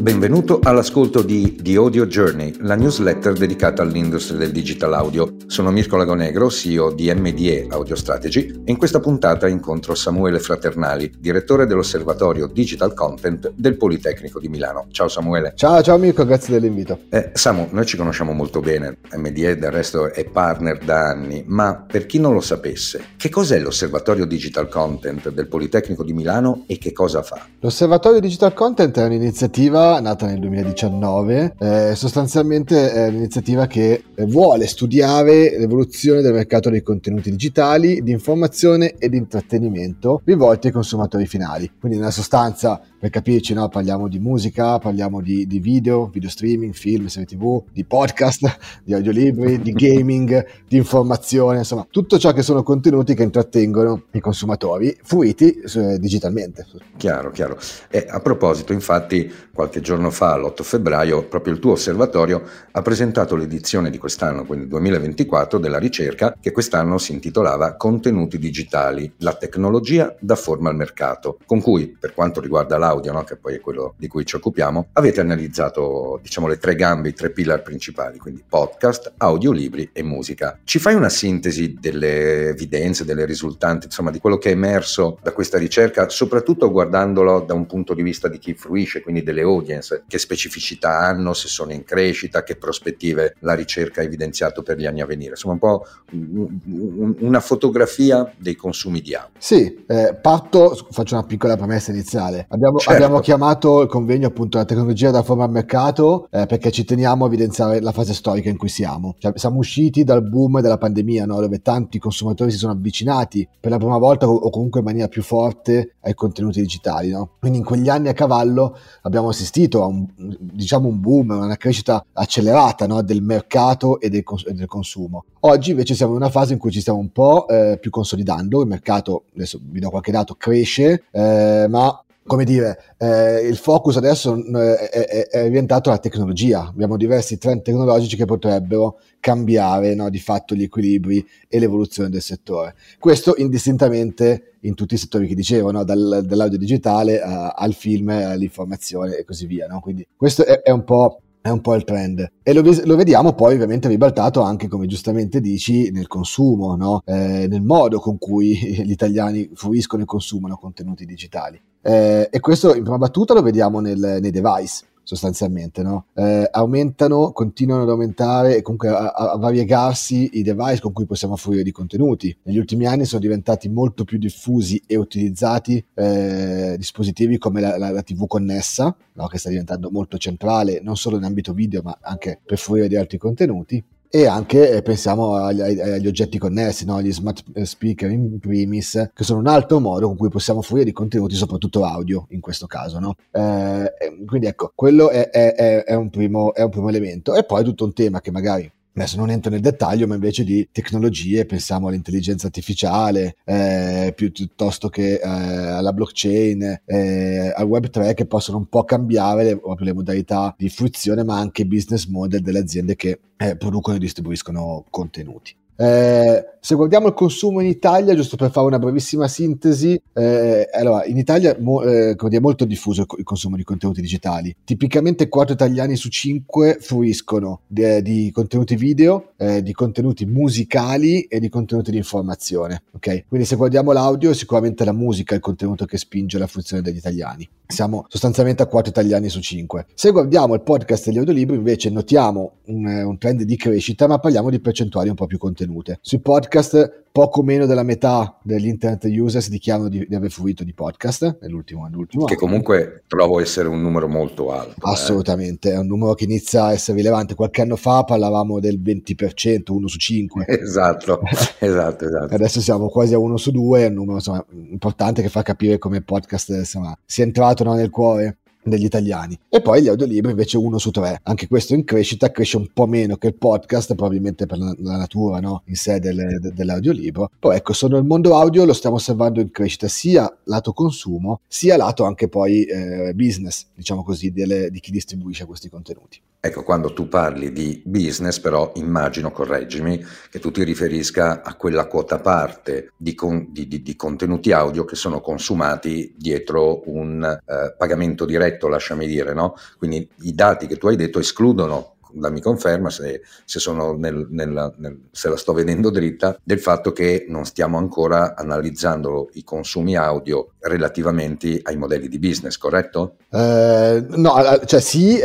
Benvenuto all'ascolto di The Audio Journey, la newsletter dedicata all'industria del digital audio. Sono Mirko Lagonegro, CEO di MDE Audio Strategy, e in questa puntata incontro Samuele Fraternali, direttore dell'Osservatorio Digital Content del Politecnico di Milano. Ciao Samuele. Ciao Mirko, grazie dell'invito. Samu, noi ci conosciamo molto bene, MDE del resto è partner da anni, ma per chi non lo sapesse, che cos'è l'Osservatorio Digital Content del Politecnico di Milano e che cosa fa? L'Osservatorio Digital Content è un'iniziativa nata nel 2019, sostanzialmente è un'iniziativa che vuole studiare l'evoluzione del mercato dei contenuti digitali, di informazione e di intrattenimento rivolti ai consumatori finali. Quindi nella sostanza, per capirci, no, parliamo di musica, parliamo di video streaming, film, serie tv, di podcast, di audiolibri, di gaming, di informazione, insomma tutto ciò che sono contenuti che intrattengono i consumatori fruiti digitalmente. Chiaro. E a proposito, infatti, qualche giorno fa, l'8 febbraio, proprio il tuo osservatorio ha presentato l'edizione di quest'anno, quindi 2024, della ricerca che quest'anno si intitolava Contenuti digitali, la tecnologia da forma al mercato, con cui, per quanto riguarda l'audio, no, che poi è quello di cui ci occupiamo, avete analizzato, diciamo, le tre gambe, i tre pillar principali, quindi podcast, audiolibri e musica. Ci fai una sintesi delle evidenze, delle risultanti, insomma, di quello che è emerso da questa ricerca, soprattutto guardandolo da un punto di vista di chi fruisce, quindi delle audience, che specificità hanno, se sono in crescita, che prospettive la ricerca ha evidenziato per gli anni a venire, insomma un po' una fotografia dei consumi di audio. Sì, faccio una piccola premessa iniziale. Abbiamo chiamato il convegno appunto la tecnologia da forma al mercato perché ci teniamo a evidenziare la fase storica in cui siamo. Cioè, siamo usciti dal boom della pandemia, no? Dove tanti consumatori si sono avvicinati per la prima volta o comunque in maniera più forte ai contenuti digitali, no? Quindi in quegli anni a cavallo abbiamo assistito a un boom, una crescita accelerata, no? Del mercato e del consumo. Oggi invece siamo in una fase in cui ci stiamo un po' più consolidando. Il mercato, adesso vi do qualche dato, cresce, ma come dire, il focus adesso è diventato la tecnologia. Abbiamo diversi trend tecnologici che potrebbero cambiare, no, di fatto gli equilibri e l'evoluzione del settore. Questo indistintamente in tutti i settori che dicevo, no? Dall'audio digitale al film, all'informazione e così via, no? Quindi questo è un po' il trend, e lo vediamo poi ovviamente ribaltato anche, come giustamente dici, nel consumo, no? Nel modo con cui gli italiani fruiscono e consumano contenuti digitali, e questo in prima battuta lo vediamo nei device sostanzialmente, no? Continuano ad aumentare e comunque a variegarsi i device con cui possiamo fruire di contenuti. Negli ultimi anni sono diventati molto più diffusi e utilizzati dispositivi come la TV connessa, no? Che sta diventando molto centrale non solo in ambito video ma anche per fruire di altri contenuti. E anche pensiamo agli oggetti connessi, no? Gli smart speaker in primis, che sono un altro modo con cui possiamo fruire di contenuti, soprattutto audio in questo caso, no? Quindi ecco, quello è un primo elemento. E poi tutto un tema che magari adesso non entro nel dettaglio, ma invece di tecnologie pensiamo all'intelligenza artificiale, piuttosto che alla blockchain, al Web3, che possono un po' cambiare proprio le modalità di fruizione, ma anche i business model delle aziende che producono e distribuiscono contenuti. Se guardiamo il consumo in Italia, giusto per fare una brevissima sintesi, allora in Italia è molto diffuso il consumo di contenuti digitali. Tipicamente 4 italiani su 5 fruiscono di contenuti video, di contenuti musicali e di contenuti di informazione, ok? Quindi se guardiamo l'audio, sicuramente la musica è il contenuto che spinge la fruizione degli italiani. Siamo sostanzialmente a 4 italiani su 5. Se guardiamo il podcast e gli audiolibri, invece notiamo un trend di crescita, ma parliamo di percentuali un po' più contenute. Sui podcast poco meno della metà degli internet users dichiarano di aver fruito di podcast nell'ultimo che anno. Comunque trovo essere un numero molto alto. Assolutamente, è un numero che inizia a essere rilevante. Qualche anno fa parlavamo del 20%, 1 su 5. Esatto. Adesso siamo quasi a 1 su 2, è un numero insomma importante che fa capire come il podcast insomma sia entrato, no, nel cuore degli italiani. E poi gli audiolibri invece 1 su 3, anche questo in crescita, cresce un po' meno che il podcast, probabilmente per la natura, no, in sé dell'audiolibro. Poi ecco, il mondo audio lo stiamo osservando in crescita, sia lato consumo sia lato anche poi business, diciamo così, di chi distribuisce questi contenuti. Ecco, quando tu parli di business, però immagino, correggimi, che tu ti riferisca a quella quota parte di contenuti audio che sono consumati dietro un pagamento diretto corretto, lasciami dire, no? Quindi i dati che tu hai detto escludono, dammi conferma se sono se la sto vedendo dritta, del fatto che non stiamo ancora analizzando i consumi audio relativamente ai modelli di business, corretto? No, cioè sì,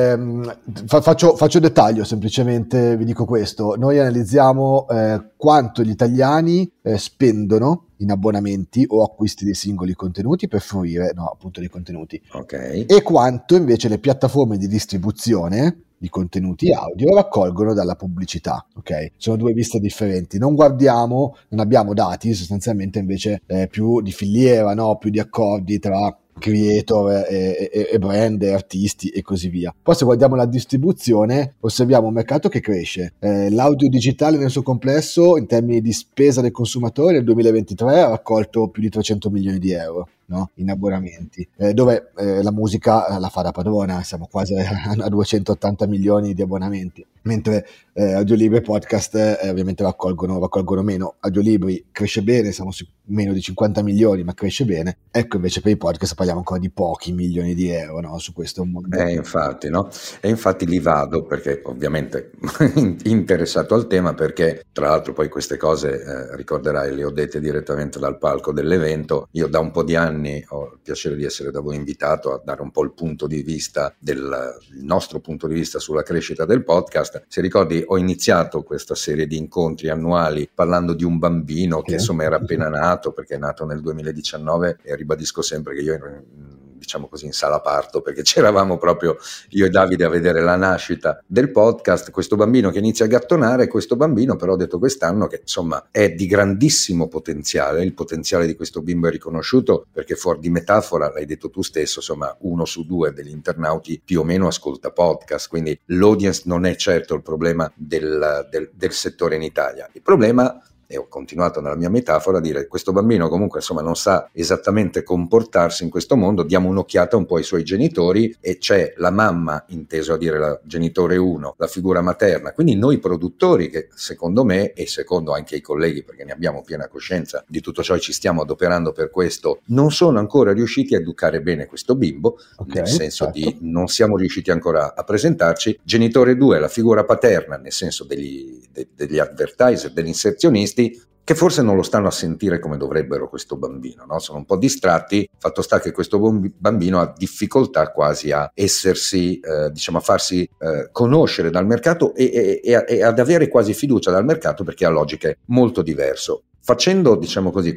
faccio dettaglio, semplicemente vi dico questo: noi analizziamo quanto gli italiani spendono in abbonamenti o acquisti dei singoli contenuti per fruire, no, appunto, dei contenuti, Ok. e quanto invece le piattaforme di distribuzione di contenuti audio raccolgono dalla pubblicità. Ok, sono due viste differenti. Non abbiamo dati sostanzialmente invece più di filiera, no? Più di accordi tra creator e brand, e artisti e così via. Poi se guardiamo la distribuzione osserviamo un mercato che cresce. L'audio digitale nel suo complesso in termini di spesa del consumatore nel 2023 ha raccolto più di 300 milioni di euro, no? In abbonamenti, dove la musica la fa da padrona, siamo quasi a 280 milioni di abbonamenti, mentre audiolibri e podcast ovviamente raccolgono meno. Audiolibri cresce bene, siamo su meno di 50 milioni, ma cresce bene. Ecco, invece per i podcast parliamo ancora di pochi milioni di euro, no? Su questo mondo. Infatti, no? E infatti lì vado perché ovviamente interessato al tema, perché tra l'altro poi queste cose, ricorderai, le ho dette direttamente dal palco dell'evento. Io da un po' di anni ho il piacere di essere da voi invitato a dare un po' il punto di vista il nostro punto di vista sulla crescita del podcast. Se ricordi, ho iniziato questa serie di incontri annuali parlando di un bambino che insomma era appena nato, perché è nato nel 2019, e ribadisco sempre che io ero diciamo così in sala parto, perché c'eravamo proprio io e Davide a vedere la nascita del podcast, questo bambino che inizia a gattonare. Questo bambino però, ho detto quest'anno, che insomma è di grandissimo potenziale. Il potenziale di questo bimbo è riconosciuto, perché fuori di metafora, l'hai detto tu stesso, insomma 1 su 2 degli internauti più o meno ascolta podcast, quindi l'audience non è certo il problema del settore in Italia. Il problema, e ho continuato nella mia metafora a dire, questo bambino comunque insomma non sa esattamente comportarsi in questo mondo, diamo un'occhiata un po' ai suoi genitori, e c'è la mamma, inteso a dire la genitore 1, la figura materna, quindi noi produttori che secondo me e secondo anche i colleghi, perché ne abbiamo piena coscienza di tutto ciò e ci stiamo adoperando per questo, non sono ancora riusciti a educare bene questo bimbo, nel senso di non siamo riusciti ancora a presentarci. Genitore 2, la figura paterna, nel senso degli advertiser, degli inserzionisti, che forse non lo stanno a sentire come dovrebbero questo bambino, no? Sono un po' distratti. Fatto sta che questo bambino ha difficoltà quasi a essersi, diciamo, a farsi conoscere dal mercato e ad avere quasi fiducia dal mercato, perché ha logiche molto diverse. Facendo, diciamo così,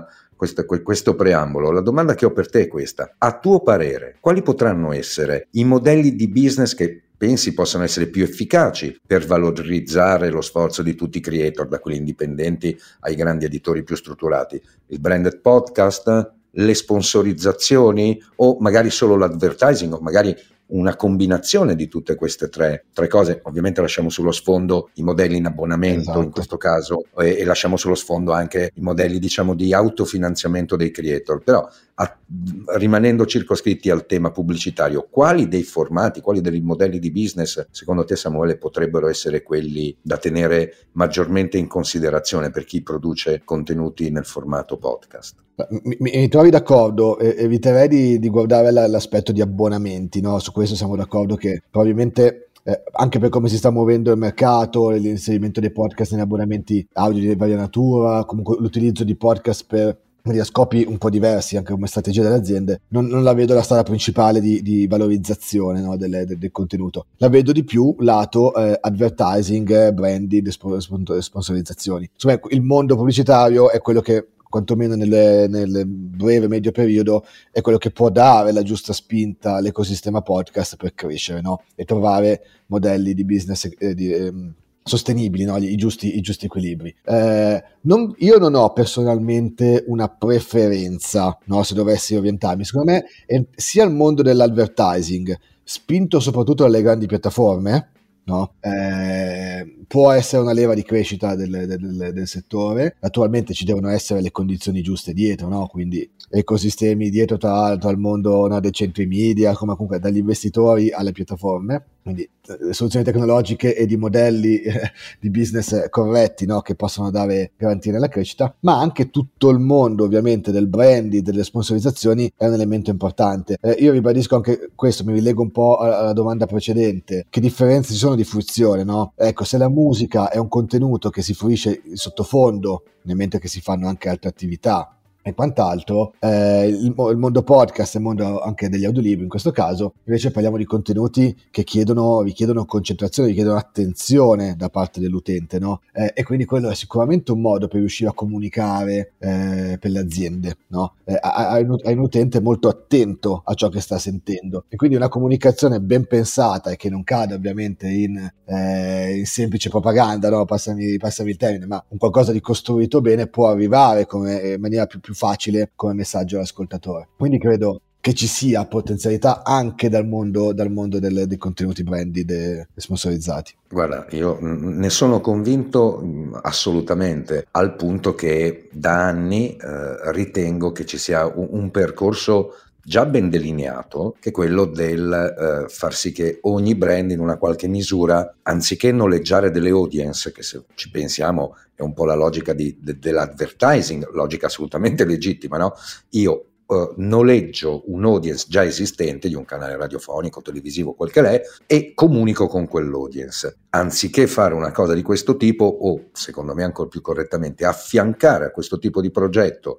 questo preambolo, la domanda che ho per te è questa: a tuo parere, quali potranno essere i modelli di business che pensi possano essere più efficaci per valorizzare lo sforzo di tutti i creator, da quelli indipendenti ai grandi editori più strutturati? Il branded podcast, le sponsorizzazioni, o magari solo l'advertising, o magari una combinazione di tutte queste tre cose? Ovviamente lasciamo sullo sfondo i modelli in abbonamento, esatto, in questo caso, e lasciamo sullo sfondo anche i modelli, diciamo, di autofinanziamento dei creator, però rimanendo circoscritti al tema pubblicitario, quali dei formati, quali dei modelli di business secondo te, Samuele, potrebbero essere quelli da tenere maggiormente in considerazione per chi produce contenuti nel formato podcast? Mi trovi d'accordo, eviterei di guardare l'aspetto di abbonamenti, no? Su questo siamo d'accordo che probabilmente anche per come si sta muovendo il mercato, l'inserimento dei podcast negli abbonamenti audio di varia natura, comunque l'utilizzo di podcast per scopi un po' diversi anche come strategia delle aziende, non la vedo la strada principale di valorizzazione, no, del contenuto. La vedo di più lato advertising, branding, sponsorizzazioni. Insomma, il mondo pubblicitario è quello che, quantomeno nel breve medio periodo, è quello che può dare la giusta spinta all'ecosistema podcast per crescere, no? E trovare modelli di business sostenibili, no? I giusti equilibri. Io non ho personalmente una preferenza, no? Se dovessi orientarmi, secondo me sia il mondo dell'advertising, spinto soprattutto dalle grandi piattaforme, no? Può essere una leva di crescita del settore. Naturalmente ci devono essere le condizioni giuste dietro, no? Quindi ecosistemi dietro, tra l'altro, al mondo, no, dei centri media, come comunque dagli investitori alle piattaforme. quindi soluzioni tecnologiche e di modelli di business corretti, no? Che possono garantire la crescita, ma anche tutto il mondo ovviamente del branding, delle sponsorizzazioni è un elemento importante. Io ribadisco anche questo, mi rilego un po' alla domanda precedente: che differenze ci sono di fruizione, no? Ecco, se la musica è un contenuto che si fruisce in sottofondo mentre che si fanno anche altre attività e quant'altro, il mondo podcast, il mondo anche degli audiolibri in questo caso, invece parliamo di contenuti che richiedono concentrazione, richiedono attenzione da parte dell'utente, no? E quindi quello è sicuramente un modo per riuscire a comunicare per le aziende, no? Hai un utente molto attento a ciò che sta sentendo, e quindi una comunicazione ben pensata e che non cade ovviamente in semplice propaganda, no? Passami il termine, ma un qualcosa di costruito bene può arrivare in maniera più facile come messaggio all'ascoltatore. Quindi credo che ci sia potenzialità anche dal mondo dei contenuti branded sponsorizzati. Guarda, io ne sono convinto assolutamente, al punto che da anni ritengo che ci sia un percorso già ben delineato, che è quello del far sì che ogni brand in una qualche misura, anziché noleggiare delle audience, che se ci pensiamo è un po' la logica dell'advertising, logica assolutamente legittima, no? Io noleggio un audience già esistente di un canale radiofonico, televisivo, quel che è, e comunico con quell'audience. Anziché fare una cosa di questo tipo, o secondo me ancora più correttamente, affiancare a questo tipo di progetto,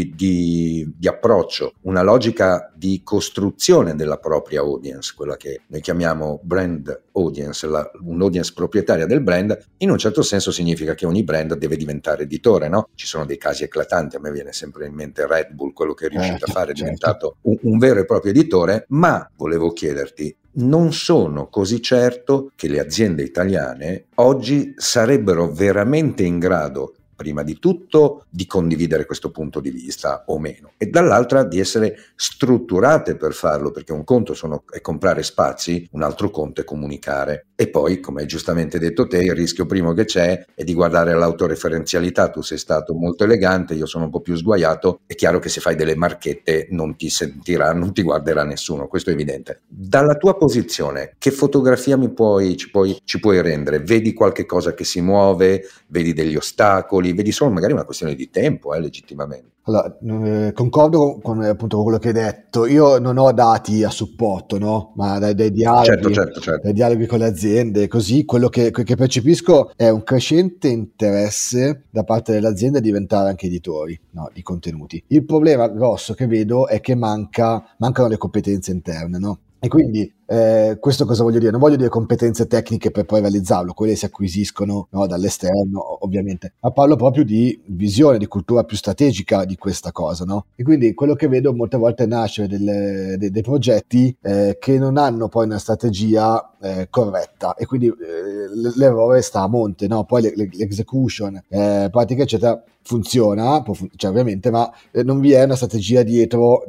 di approccio, una logica di costruzione della propria audience, quella che noi chiamiamo brand audience, un'audience proprietaria del brand, in un certo senso significa che ogni brand deve diventare editore, no? Ci sono dei casi eclatanti, a me viene sempre in mente Red Bull, quello che è riuscito a fare, è diventato un vero e proprio editore, ma volevo chiederti, non sono così certo che le aziende italiane oggi sarebbero veramente in grado, prima di tutto, di condividere questo punto di vista o meno, e dall'altra di essere strutturate per farlo, perché un conto è comprare spazi, un altro conto è comunicare. E poi, come hai giustamente detto te, il rischio primo che c'è è di guardare all'autoreferenzialità. Tu sei stato molto elegante, io sono un po' più sguaiato. È chiaro che se fai delle marchette non ti sentirà, non ti guarderà nessuno, questo è evidente. Dalla tua posizione, che fotografia ci puoi rendere? Vedi qualche cosa che si muove? Vedi degli ostacoli? Vedi solo magari una questione di tempo, legittimamente. Allora, concordo con appunto con quello che hai detto. Io non ho dati a supporto, no? Ma dai dialoghi, certo. dai dialoghi con le aziende, così quello che percepisco è un crescente interesse da parte delle aziende a diventare anche editori, no, di contenuti. Il problema grosso che vedo è che mancano le competenze interne, no? E quindi questo cosa voglio dire? Non voglio dire competenze tecniche per poi realizzarlo, quelle si acquisiscono, no, dall'esterno ovviamente, ma parlo proprio di visione, di cultura più strategica di questa cosa, no? E quindi quello che vedo molte volte è nascere dei progetti che non hanno poi una strategia corretta, e quindi l'errore sta a monte, no? Poi l'execution, pratica eccetera funziona, cioè ovviamente, ma non vi è una strategia dietro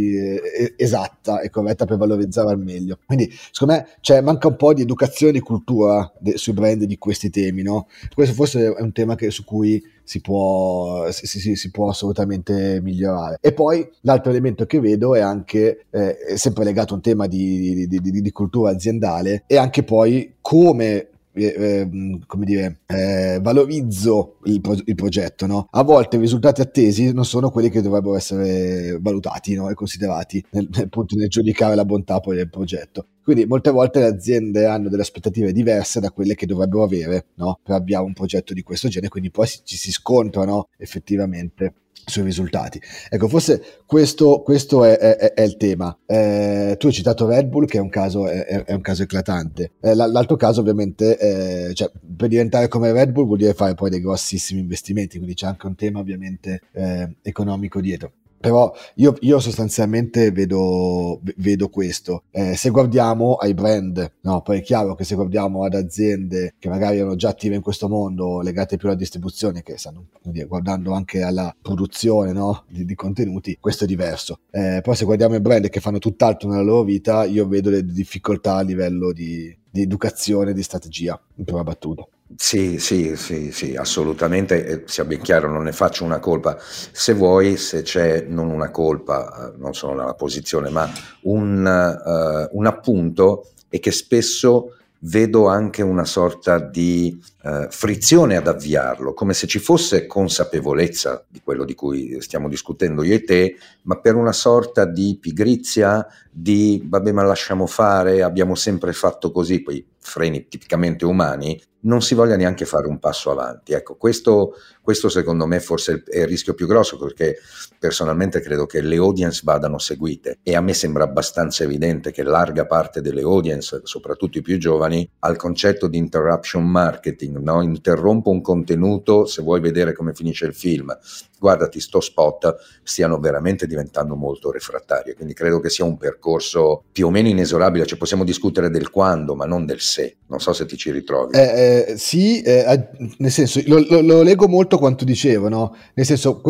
esatta e corretta per valorizzare al meglio. Quindi secondo me manca un po' di educazione e di cultura sui brand di questi temi, no? Questo forse è un tema su cui si può assolutamente migliorare. E poi l'altro elemento che vedo è anche sempre legato a un tema di cultura aziendale, e anche poi come valorizzo il progetto, no? A volte i risultati attesi non sono quelli che dovrebbero essere valutati, no? E considerati nel giudicare la bontà poi del progetto. Quindi molte volte le aziende hanno delle aspettative diverse da quelle che dovrebbero avere, no? Per avviare un progetto di questo genere, quindi poi ci si scontrano effettivamente sui risultati. Ecco, forse questo è il tema. Tu hai citato Red Bull, che è un caso eclatante. L'altro caso ovviamente, cioè, per diventare come Red Bull vuol dire fare poi dei grossissimi investimenti, quindi c'è anche un tema ovviamente economico dietro. Però io sostanzialmente vedo questo. Se guardiamo ai brand, no, poi è chiaro che se guardiamo ad aziende che magari erano già attive in questo mondo, legate più alla distribuzione, che stanno guardando anche alla produzione, no, di contenuti, questo è diverso. Poi se guardiamo i brand che fanno tutt'altro nella loro vita, io vedo le difficoltà a livello di educazione, di strategia, in prima battuta. Sì, assolutamente, sia ben chiaro, non ne faccio una colpa. Se vuoi, se c'è non una colpa, non sono nella posizione, ma un appunto, e che spesso vedo anche una sorta di frizione ad avviarlo, come se ci fosse consapevolezza di quello di cui stiamo discutendo io e te, ma per una sorta di pigrizia, di vabbè ma lasciamo fare, abbiamo sempre fatto così, quei freni tipicamente umani, non si voglia neanche fare un passo avanti. Ecco, questo secondo me forse è il rischio più grosso, perché personalmente credo che le audience vadano seguite, e a me sembra abbastanza evidente che larga parte delle audience, soprattutto i più giovani, al concetto di interruption marketing, no? Interrompo un contenuto se vuoi vedere come finisce il film, guardati sto spot, stiano veramente diventando molto refrattarie. Quindi credo che sia un percorso più o meno inesorabile, cioè possiamo discutere del quando ma non del se. Non so se ti ci ritrovi. Sì, nel senso lo leggo molto quanto dicevo, no? Nel senso,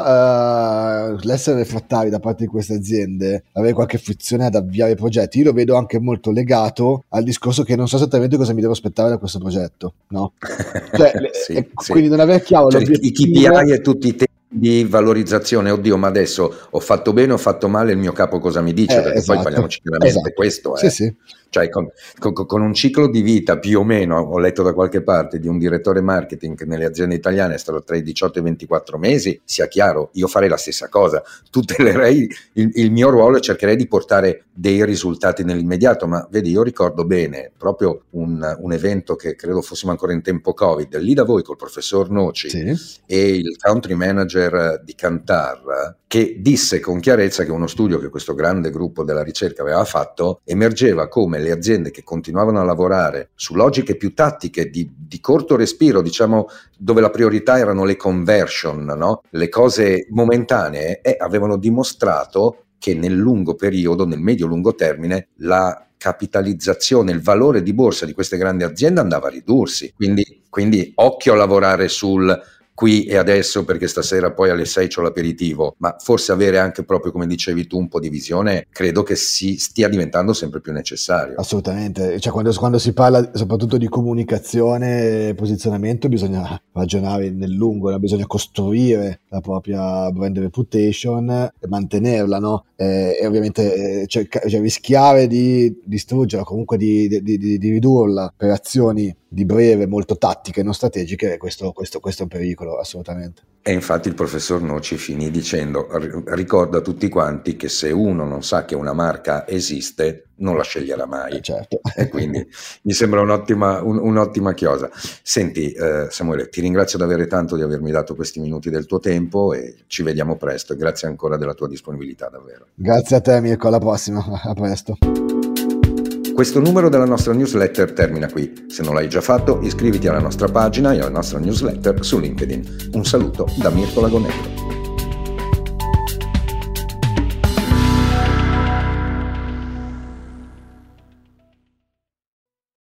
l'essere refrattari da parte di queste aziende, avere qualche frizione ad avviare progetti, io lo vedo anche molto legato al discorso che non so esattamente cosa mi devo aspettare da questo progetto, no? Cioè, sì. Quindi non avere chiaro, cioè, i KPI e tutti i tempi di valorizzazione, oddio, ma adesso ho fatto bene, ho fatto male, il mio capo cosa mi dice? Perché esatto, poi parliamoci chiaramente, questo è. Sì. Cioè con un ciclo di vita più o meno, ho letto da qualche parte, di un direttore marketing che nelle aziende italiane è stato tra i 18 e i 24 mesi, sia chiaro, io farei la stessa cosa, tutelerei il mio ruolo e cercherei di portare dei risultati nell'immediato. Ma vedi, io ricordo bene proprio un evento che credo fossimo ancora in tempo Covid, lì da voi col professor Noci, sì, e il country manager di Kantar, che disse con chiarezza che uno studio che questo grande gruppo della ricerca aveva fatto emergeva come le aziende che continuavano a lavorare su logiche più tattiche di corto respiro, diciamo, dove la priorità erano le conversion, no? Le cose momentanee, avevano dimostrato che nel lungo periodo, nel medio-lungo termine, la capitalizzazione, il valore di borsa di queste grandi aziende andava a ridursi. Quindi occhio a lavorare sul qui e adesso, perché stasera poi alle 6 c'ho l'aperitivo, ma forse avere anche, proprio come dicevi tu, un po' di visione, credo che si stia diventando sempre più necessario. Assolutamente, cioè quando si parla soprattutto di comunicazione e posizionamento bisogna ragionare nel lungo, no? Bisogna costruire la propria brand reputation e mantenerla, no? E ovviamente cioè rischiare di distruggerla, comunque di ridurla per azioni di breve, molto tattiche, non strategiche, questo è un pericolo, assolutamente. E infatti il professor Noci finì dicendo: ricorda a tutti quanti che se uno non sa che una marca esiste, non la sceglierà mai. Certo. E quindi mi sembra un'ottima chiosa. Senti, Samuele, ti ringrazio davvero tanto di avermi dato questi minuti del tuo tempo e ci vediamo presto, e grazie ancora della tua disponibilità, davvero. Grazie a te, Mirko, alla prossima, a presto. Questo numero della nostra newsletter termina qui. Se non l'hai già fatto, iscriviti alla nostra pagina e alla nostra newsletter su LinkedIn. Un saluto da Mirko Lagonello.